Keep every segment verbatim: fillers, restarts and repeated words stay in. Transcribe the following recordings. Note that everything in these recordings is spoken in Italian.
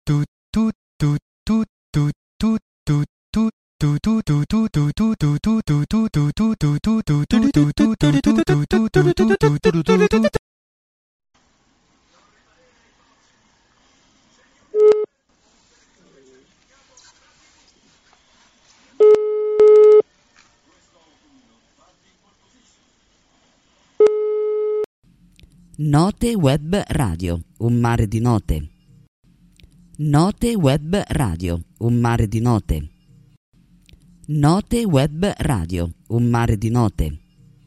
Note Web Radio, un mare di note. Note Web Radio, un mare di note. Note Web Radio, un mare di note.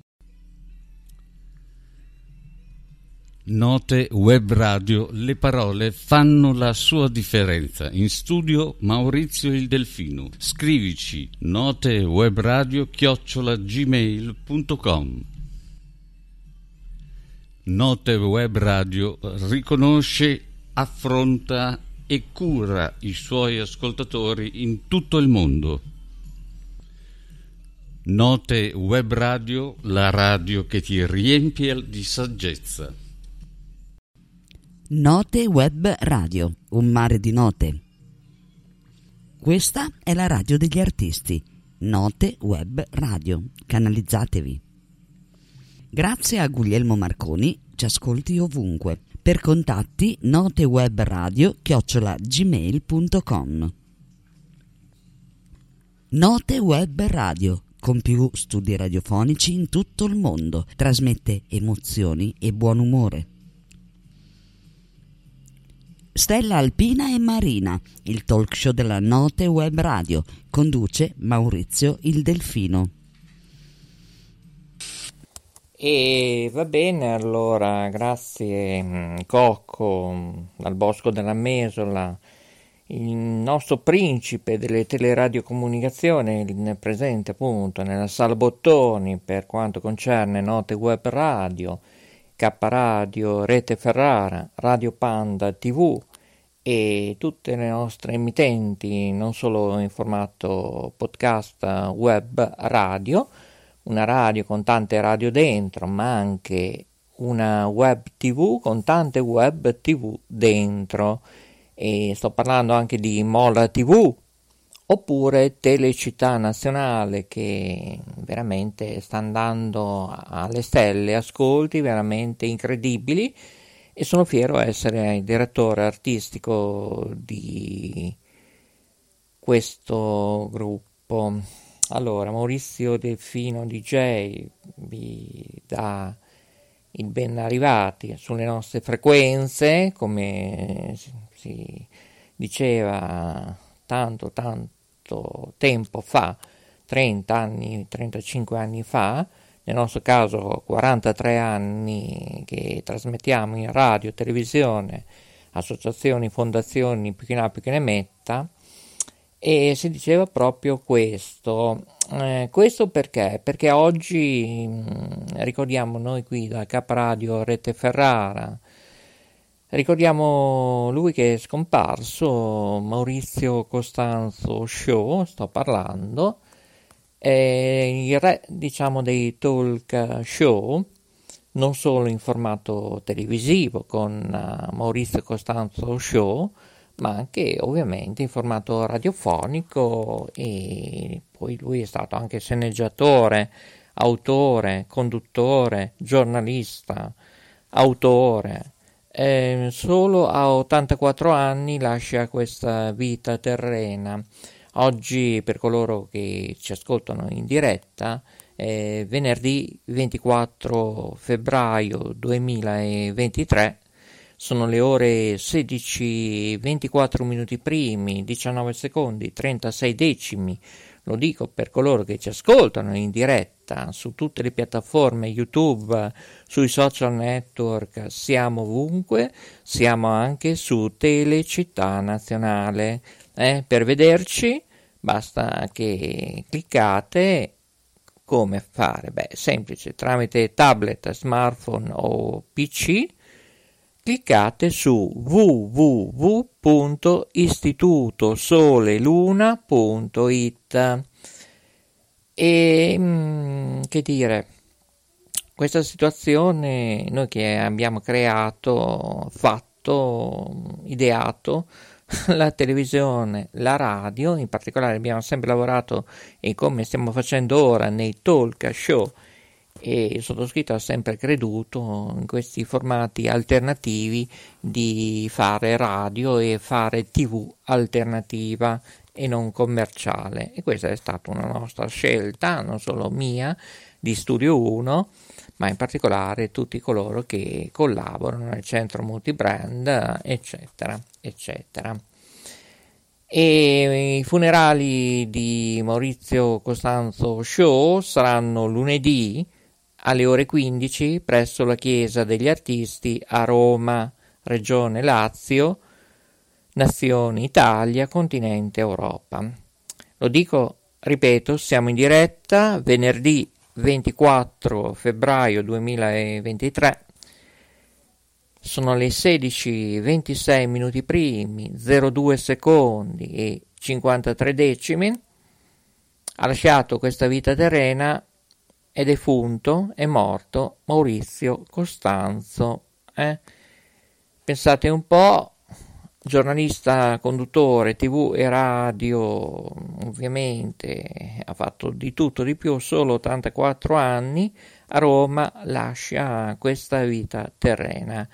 Note Web Radio, le parole fanno la sua differenza. In studio Maurizio il Delfino. Scrivici notewebradio chiocciola gmail punto com. Note Web Radio riconosce, affronta e cura i suoi ascoltatori in tutto il mondo. Note Web Radio, la radio che ti riempie di saggezza. Note Web Radio, un mare di note. Questa è la radio degli artisti. Note Web Radio, canalizzatevi. Grazie a Guglielmo Marconi, ci ascolti ovunque. Per contatti notewebradio chiocciola gmail punto com. Note Web Radio, con più studi radiofonici in tutto il mondo, trasmette emozioni e buon umore. Stella Alpina e Marina, il talk show della Note Web Radio, conduce Maurizio il Delfino. E va bene, allora, grazie Cocco, dal Bosco della Mesola, il nostro principe delle teleradiocomunicazioni, presente appunto nella Sala Bottoni per quanto concerne Note Web Radio, K Radio, Rete Ferrara, Radio Panda tivù e tutte le nostre emittenti, non solo in formato podcast web radio, una radio con tante radio dentro, ma anche una web tivù con tante web tivù dentro. E sto parlando anche di Mola tivù, oppure Telecittà Nazionale, che veramente sta andando alle stelle, ascolti veramente incredibili, e sono fiero di essere il direttore artistico di questo gruppo. Allora, Maurizio Delfino D J vi dà il ben arrivati sulle nostre frequenze, come si diceva tanto tanto tempo fa, trenta anni, trentacinque anni fa, nel nostro caso quarantatré anni che trasmettiamo in radio, televisione, associazioni, fondazioni, più che ne ha più che ne metta. E si diceva proprio questo, eh, questo perché? Perché oggi mh, ricordiamo noi qui da K Radio Rete Ferrara, ricordiamo lui che è scomparso, Maurizio Costanzo Show, sto parlando, eh, il re diciamo dei talk show, non solo in formato televisivo con uh, Maurizio Costanzo Show, ma anche ovviamente in formato radiofonico, e poi lui è stato anche sceneggiatore, autore, conduttore, giornalista, autore. Eh, solo a ottantaquattro anni lascia questa vita terrena. Oggi, per coloro che ci ascoltano in diretta, è venerdì ventiquattro febbraio duemilaventitré. Sono le ore sedici ventiquattro minuti primi, diciannove secondi, trentasei decimi. Lo dico per coloro che ci ascoltano in diretta su tutte le piattaforme YouTube, sui social network, siamo ovunque, siamo anche su Telecittà Nazionale. Eh, per vederci basta che cliccate. Come fare? Beh, semplice, tramite tablet, smartphone o P C. Cliccate su w w w punto istitutosoleluna punto i t e mh, che dire, questa situazione noi che abbiamo creato, fatto, ideato la televisione, la radio. In particolare abbiamo sempre lavorato, e come stiamo facendo ora, nei talk show, e il sottoscritto ha sempre creduto in questi formati alternativi di fare radio e fare tivù alternativa e non commerciale, e questa è stata una nostra scelta, non solo mia, di Studio uno, ma in particolare tutti coloro che collaborano nel centro multibrand, eccetera, eccetera. E i funerali di Maurizio Costanzo Show saranno lunedì alle ore quindici presso la Chiesa degli Artisti a Roma, Regione Lazio, Nazione Italia, continente Europa. Lo dico, ripeto, siamo in diretta venerdì ventiquattro febbraio duemilaventitré, sono le sedici e ventisei minuti primi, zero due secondi e cinquantatré decimi. Ha lasciato questa vita terrena, è defunto, è morto Maurizio Costanzo. Eh? Pensate un po', giornalista, conduttore tivù e radio, ovviamente ha fatto di tutto di più, solo ottantaquattro anni, a Roma lascia questa vita terrena.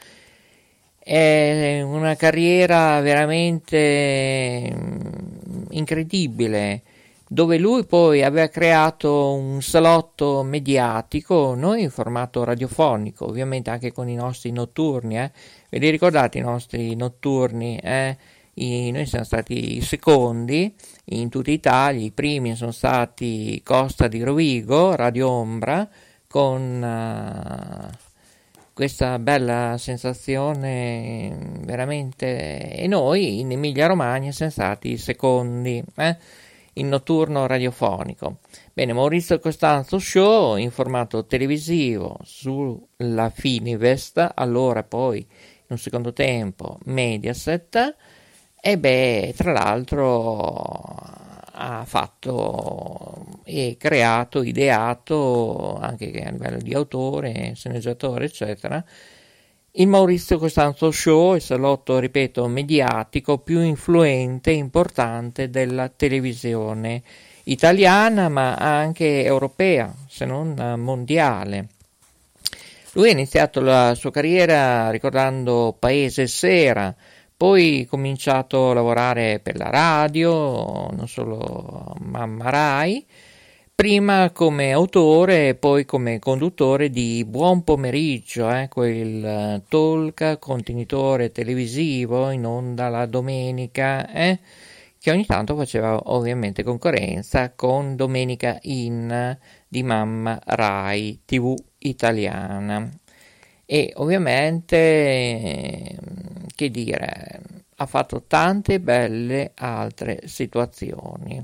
È una carriera veramente incredibile, dove lui poi aveva creato un salotto mediatico, noi in formato radiofonico, ovviamente anche con i nostri notturni, eh? Ve li ricordate i nostri notturni? Eh? I, noi siamo stati i secondi in tutta Italia, i primi sono stati Costa di Rovigo, Radio Ombra, con uh, questa bella sensazione veramente, e noi in Emilia Romagna siamo stati i secondi, eh? in notturno radiofonico. Bene, Maurizio Costanzo Show in formato televisivo sulla Fininvest, allora poi in un secondo tempo Mediaset, e beh, tra l'altro ha fatto e creato, ideato anche a livello di autore, sceneggiatore, eccetera, il Maurizio Costanzo Show, il salotto, ripeto, mediatico più influente e importante della televisione italiana, ma anche europea, se non mondiale. Lui ha iniziato la sua carriera ricordando Paese Sera, poi ha cominciato a lavorare per la radio, non solo Mamma Rai, prima come autore e poi come conduttore di Buon Pomeriggio, eh, quel talk contenitore televisivo in onda la domenica, eh, che ogni tanto faceva ovviamente concorrenza con Domenica In di Mamma Rai tivù italiana. E ovviamente, che dire, ha fatto tante belle altre situazioni.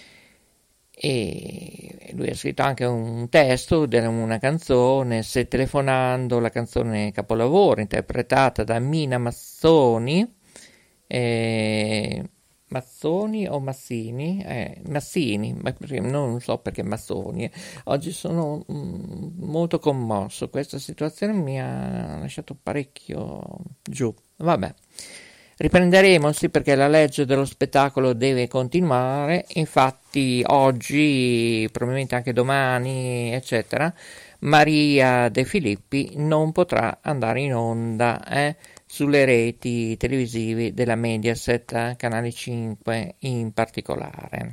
E lui ha scritto anche un testo di una canzone, Se telefonando, la canzone capolavoro interpretata da Mina Mazzoni, eh, Mazzoni o Massini? Eh, Massini, ma non so perché Mazzoni. Eh. Oggi sono mm, molto commosso, questa situazione mi ha lasciato parecchio giù. Vabbè. Riprenderemo, sì, perché la legge dello spettacolo deve continuare, infatti oggi, probabilmente anche domani, eccetera, Maria De Filippi non potrà andare in onda eh, sulle reti televisive della Mediaset, Canale cinque in particolare.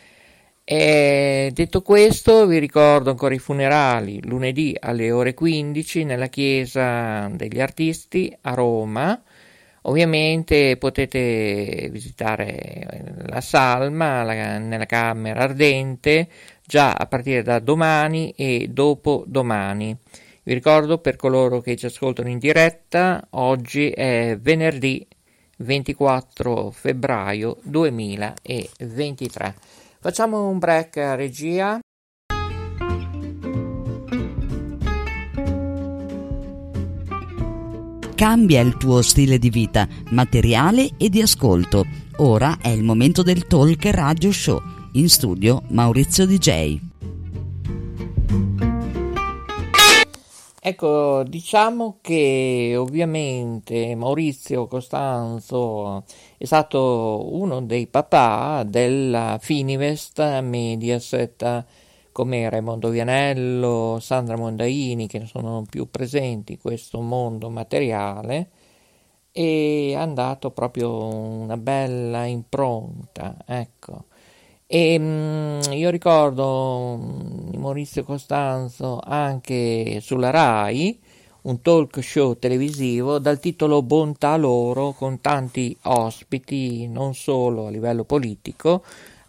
E detto questo, vi ricordo ancora i funerali, lunedì alle ore quindici nella Chiesa degli Artisti a Roma. Ovviamente potete visitare la salma la, nella Camera Ardente già a partire da domani e dopo domani. Vi ricordo, per coloro che ci ascoltano in diretta, oggi è venerdì ventiquattro febbraio duemilaventitré. Facciamo un break a regia. Cambia il tuo stile di vita, materiale e di ascolto. Ora è il momento del Talk Radio Show. In studio Maurizio D J. ecco, diciamo che ovviamente Maurizio Costanzo è stato uno dei papà della Fininvest Mediaset, come Raimondo Vianello, Sandra Mondaini, che sono più presenti in questo mondo materiale, e ha dato proprio una bella impronta, ecco. E mh, io ricordo mh, Maurizio Costanzo anche sulla Rai, un talk show televisivo dal titolo Bontà loro, con tanti ospiti, non solo a livello politico,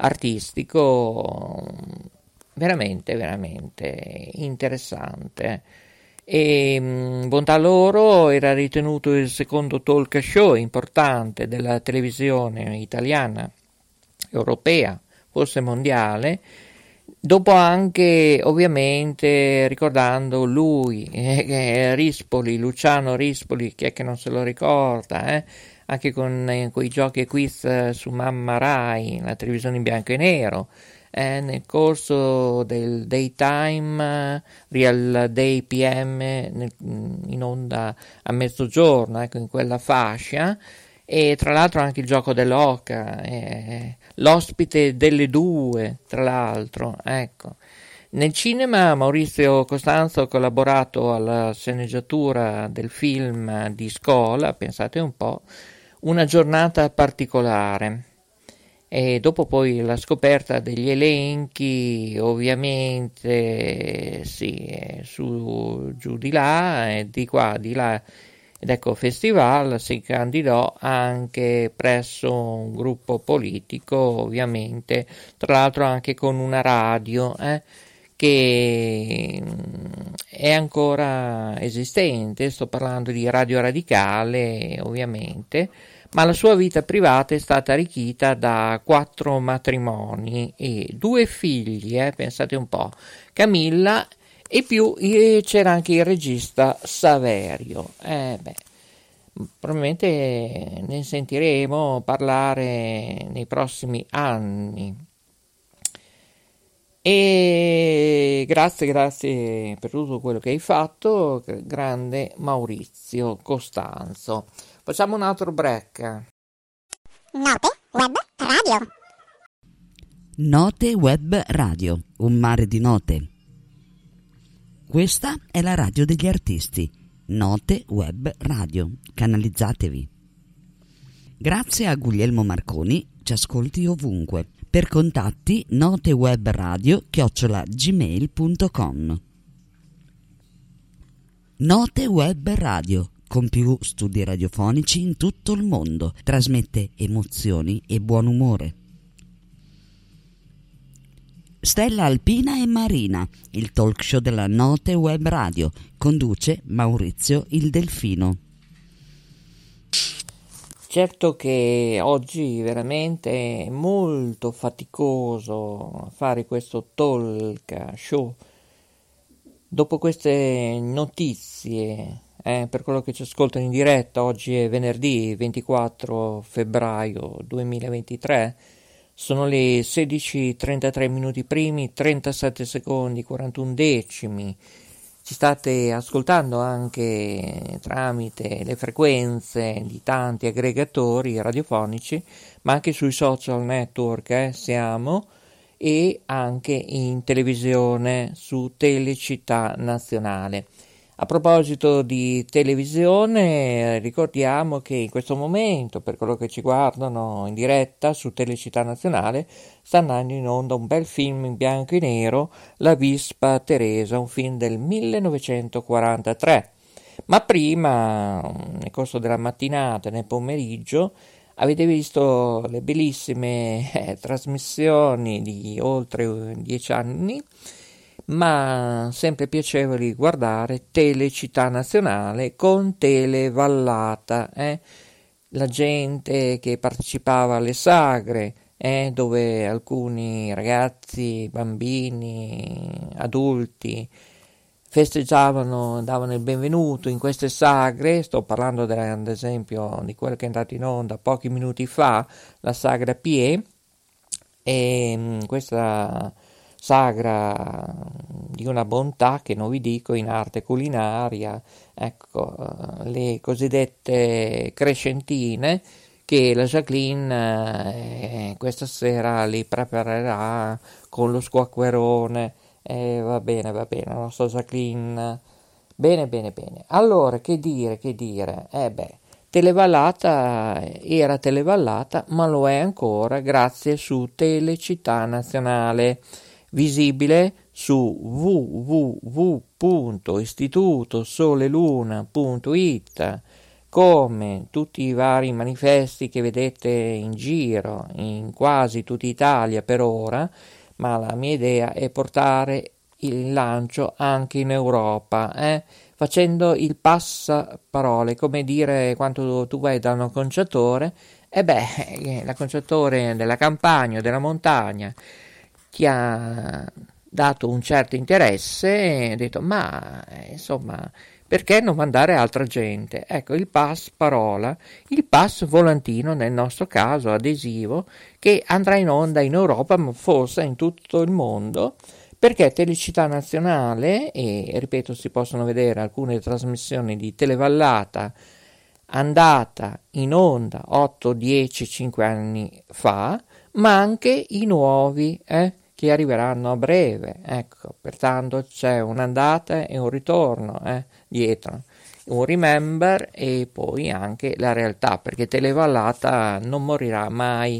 artistico, veramente, veramente interessante. E mh, Bontà loro era ritenuto il secondo talk show importante della televisione italiana, europea, forse mondiale, dopo anche ovviamente ricordando lui, eh, Rispoli, Luciano Rispoli, chi è che non se lo ricorda, eh? Anche con eh, quei giochi e quiz su Mamma Rai, la televisione in bianco e nero. Eh, nel corso del daytime, Real Day P M, nel, in onda a mezzogiorno, ecco, in quella fascia, e tra l'altro anche il gioco dell'oca, eh, l'ospite delle due, tra l'altro, ecco. Nel cinema Maurizio Costanzo ha collaborato alla sceneggiatura del film di Scola, pensate un po', Una giornata particolare. E dopo poi la scoperta degli elenchi, ovviamente sì, su giù di là e di qua di là, ed ecco Festival si candidò anche presso un gruppo politico, ovviamente, tra l'altro anche con una radio eh, che è ancora esistente, sto parlando di Radio Radicale ovviamente, ma la sua vita privata è stata arricchita da quattro matrimoni e due figli, eh, pensate un po', Camilla e più eh, c'era anche il regista Saverio. Eh, beh, probabilmente ne sentiremo parlare nei prossimi anni. E grazie, grazie per tutto quello che hai fatto, grande Maurizio Costanzo. Facciamo un altro break. Note Web Radio. Note Web Radio, un mare di note. Questa è la radio degli artisti. Note Web Radio, canalizzatevi. Grazie a Guglielmo Marconi, ci ascolti ovunque. Per contatti notewebradio chiocciola gmail punto com. Note Web Radio, con più studi radiofonici in tutto il mondo, trasmette emozioni e buon umore. Stella Alpina e Marina, il talk show della Note Web Radio, conduce Maurizio il Delfino. Certo che oggi veramente è molto faticoso fare questo talk show. Dopo queste notizie, eh, per quello che ci ascoltano in diretta, oggi è venerdì ventiquattro febbraio duemilaventitré, sono le sedici e trentatré minuti primi, trentasette secondi, quarantuno decimi. Ci state ascoltando anche tramite le frequenze di tanti aggregatori radiofonici, ma anche sui social network eh, siamo, e anche in televisione su Telecittà Nazionale. A proposito di televisione, ricordiamo che in questo momento, per quello che ci guardano in diretta su Telecittà Nazionale, sta andando in onda un bel film in bianco e nero, La Vispa Teresa, un film del millenovecentoquarantatré. Ma prima, nel corso della mattinata, nel pomeriggio, avete visto le bellissime eh, trasmissioni di oltre dieci anni, ma sempre piacevoli guardare, Telecittà Nazionale con Televallata, eh? La gente che partecipava alle sagre, eh? dove alcuni ragazzi, bambini, adulti festeggiavano, davano il benvenuto in queste sagre. Sto parlando ad esempio di quello che è andato in onda pochi minuti fa, la sagra Pie, e questa sagra di una bontà che non vi dico in arte culinaria, ecco, le cosiddette crescentine che la Jacqueline eh, questa sera li preparerà con lo squacquerone. Eh, va bene, va bene, la nostra Jacqueline. Bene, bene, bene. Allora, che dire, che dire? Eh beh, Televallata era Televallata, ma lo è ancora grazie su Telecittà Nazionale, visibile su w w w punto istituto sole luna punto i t, come tutti i vari manifesti che vedete in giro in quasi tutta Italia per ora, ma la mia idea è portare il lancio anche in Europa, eh? facendo il passaparole, come dire quando tu vai da un acconciatore, e beh, l'acconciatore della campagna o della montagna ti ha dato un certo interesse e ha detto, ma insomma, perché non mandare altra gente? Ecco, il pass parola, il pass volantino nel nostro caso adesivo, che andrà in onda in Europa, ma forse in tutto il mondo, perché Telecittà Nazionale, e ripeto si possono vedere alcune trasmissioni di Televallata andata in onda otto, dieci, cinque anni fa, ma anche i nuovi eh, che arriveranno a breve, ecco, pertanto c'è un'andata e un ritorno eh, dietro, un remember e poi anche la realtà, perché Televallata non morirà mai.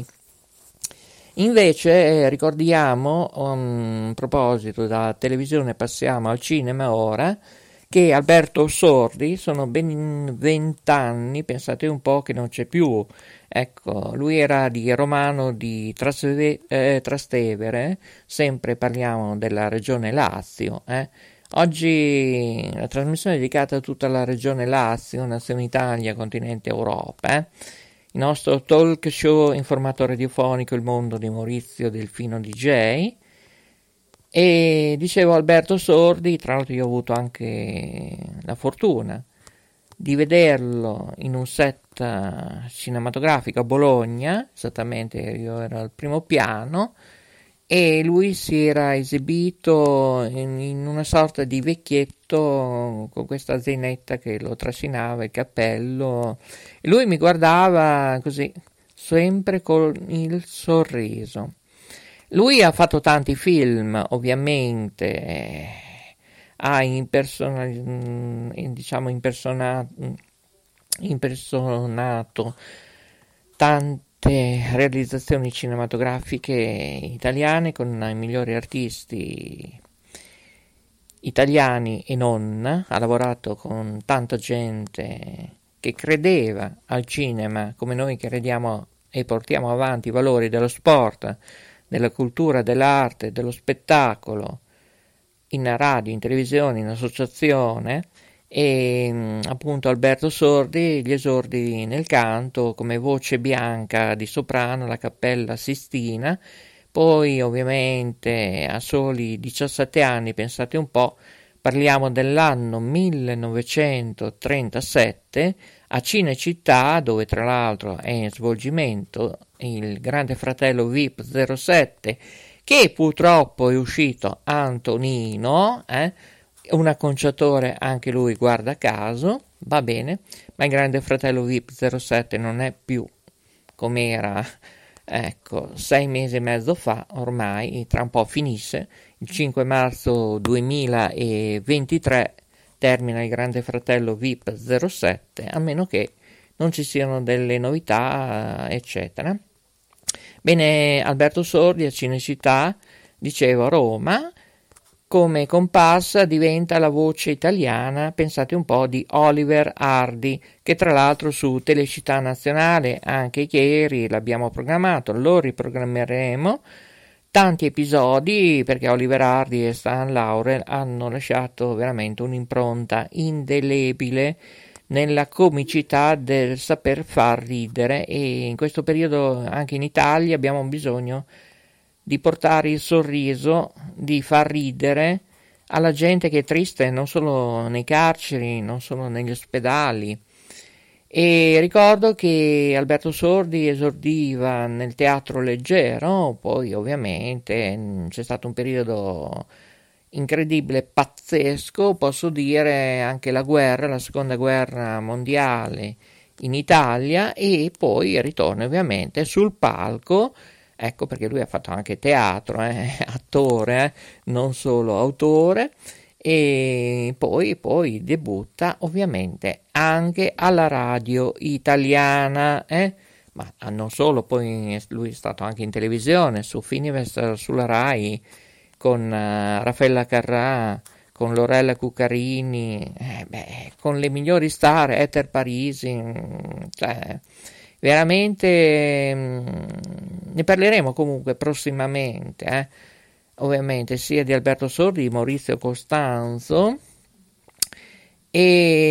Invece eh, ricordiamo, um, a proposito da televisione passiamo al cinema ora, che Alberto Sordi sono ben vent'anni, pensate un po' che non c'è più, ecco, lui era di Romano di Trasteve, eh, Trastevere, sempre parliamo della regione Lazio, eh. Oggi la trasmissione è dedicata a tutta la regione Lazio, Nazione Italia, continente Europa, eh. Il nostro talk show in formato radiofonico Il mondo di Maurizio Delfino D J. E dicevo Alberto Sordi, tra l'altro io ho avuto anche la fortuna di vederlo in un set cinematografico a Bologna, esattamente io ero al primo piano, e lui si era esibito in, in una sorta di vecchietto con questa zainetta che lo trascinava, il cappello, e lui mi guardava così, sempre con il sorriso. Lui ha fatto tanti film, ovviamente, ha impersona- diciamo impersona- impersonato tanti realizzazioni cinematografiche italiane con i migliori artisti italiani e non, ha lavorato con tanta gente che credeva al cinema come noi crediamo e portiamo avanti i valori dello sport, della cultura, dell'arte, dello spettacolo, in radio, in televisione, in associazione. E appunto Alberto Sordi, gli esordi nel canto come voce bianca di soprano alla Cappella Sistina, poi ovviamente a soli diciassette anni, pensate un po', parliamo dell'anno millenovecentotrentasette, a Cinecittà, dove tra l'altro è in svolgimento il Grande Fratello V I P zero sette, che purtroppo è uscito Antonino, eh, un acconciatore anche lui, guarda caso, va bene, ma il Grande Fratello V I P zero sette non è più come era, ecco, sei mesi e mezzo fa, ormai, tra un po' finisce, il cinque marzo duemilaventitré termina il Grande Fratello V I P zero sette, a meno che non ci siano delle novità, eccetera. Bene, Alberto Sordi a Cinecittà, dicevo a Roma, come comparsa diventa la voce italiana, pensate un po', di Oliver Hardy, che tra l'altro su Telecittà Nazionale anche ieri l'abbiamo programmato, lo riprogrammeremo, tanti episodi, perché Oliver Hardy e Stan Laurel hanno lasciato veramente un'impronta indelebile nella comicità del saper far ridere, e in questo periodo anche in Italia abbiamo bisogno di portare il sorriso, di far ridere alla gente che è triste non solo nei carceri, non solo negli ospedali, E ricordo che Alberto Sordi esordiva nel teatro leggero, poi ovviamente c'è stato un periodo incredibile, pazzesco, posso dire anche la guerra, la seconda guerra mondiale in Italia, e poi ritorna ovviamente sul palco, ecco perché lui ha fatto anche teatro, eh, attore, eh, non solo autore, e poi, poi debutta ovviamente anche alla radio italiana, eh? Ma non solo, poi lui è stato anche in televisione, su Fininvest, sulla Rai, con uh, Raffaella Carrà, con Lorella Cuccarini, eh, beh, con le migliori star, Ether Parisi, cioè veramente mh, ne parleremo comunque prossimamente, eh? Ovviamente sia di Alberto Sordi, di Maurizio Costanzo, e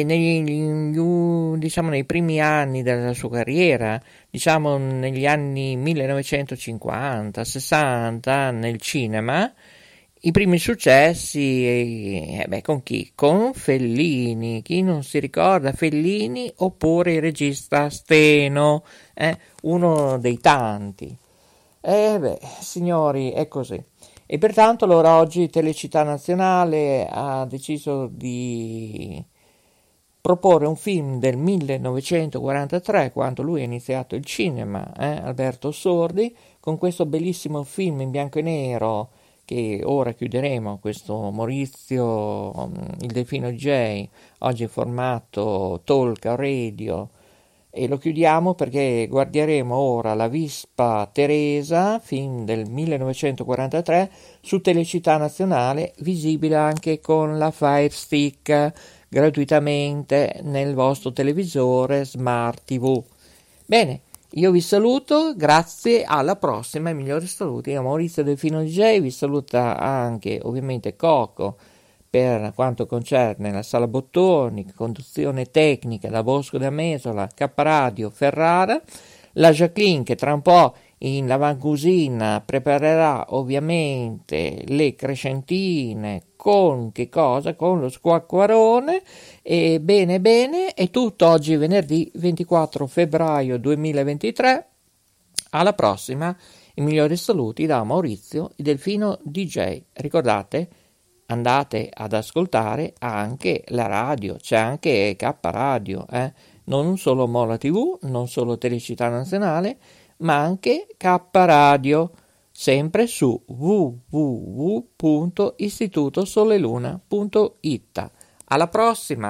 negli, diciamo, nei primi anni della sua carriera, diciamo negli anni millenovecentocinquanta sessanta nel cinema, i primi successi, eh, beh, con chi? Con Fellini. Chi non si ricorda Fellini, oppure il regista Steno, eh? Uno dei tanti. E eh beh, signori, è così. E pertanto allora oggi Telecittà Nazionale ha deciso di proporre un film del millenovecentoquarantatré, quando lui ha iniziato il cinema, eh, Alberto Sordi, con questo bellissimo film in bianco e nero che ora chiuderemo, questo Maurizio, il Delfino D J, oggi in formato talk radio, e lo chiudiamo perché guarderemo ora La Vispa Teresa, film del millenovecentoquarantatré, su Telecittà Nazionale, visibile anche con la Fire Stick, gratuitamente nel vostro televisore Smart tivù. Bene, io vi saluto, grazie, alla prossima, i migliori saluti a Maurizio Delfino D J, vi saluta anche ovviamente Coco per quanto concerne la Sala Bottoni, conduzione tecnica da Bosco da Mesola, Capparadio, Ferrara, la Jacqueline che tra un po' in lavandusina preparerà ovviamente le crescentine con che cosa? Con lo squacquarone. E bene bene, è tutto oggi venerdì ventiquattro febbraio duemilaventitré. Alla prossima, i migliori saluti da Maurizio il Delfino D J. Ricordate, andate ad ascoltare anche la radio, c'è anche K Radio, eh? Non solo Mola tivù, non solo Telecittà Nazionale, ma anche K Radio, sempre su w w w punto istitutosoleluna punto i t. Alla prossima!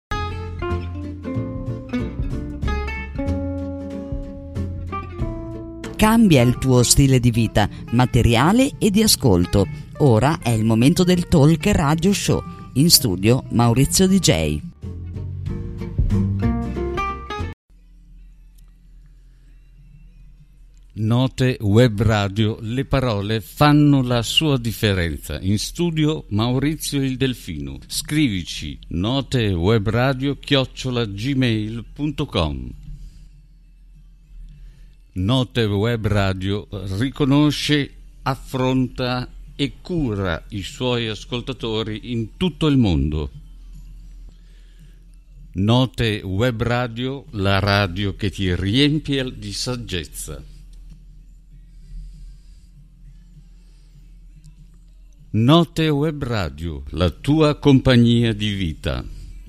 Cambia il tuo stile di vita, materiale e di ascolto. Ora è il momento del Talk Radio Show. In studio Maurizio D J. Note Web Radio, le parole fanno la sua differenza. In studio Maurizio il Delfino. Scrivici notewebradio chiocciola gmail punto com. Note Web Radio riconosce, affronta e cura i suoi ascoltatori in tutto il mondo. Note Web Radio, la radio che ti riempie di saggezza. Note Web Radio, la tua compagnia di vita.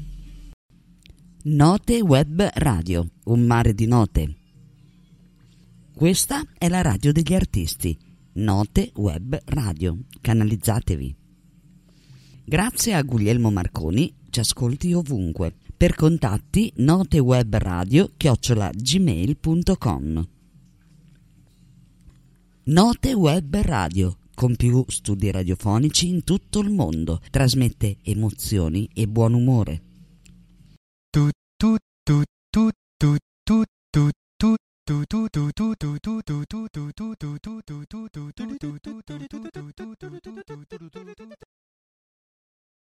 Note Web Radio, un mare di note. Questa è la radio degli artisti. Note Web Radio, canalizzatevi. Grazie a Guglielmo Marconi, ci ascolti ovunque. Per contatti notewebradio chiocciola gmail punto com. Note Web Radio, con più studi radiofonici in tutto il mondo, trasmette emozioni e buon umore. Tu, tu, tu, tu, tu, tu, tu, tu.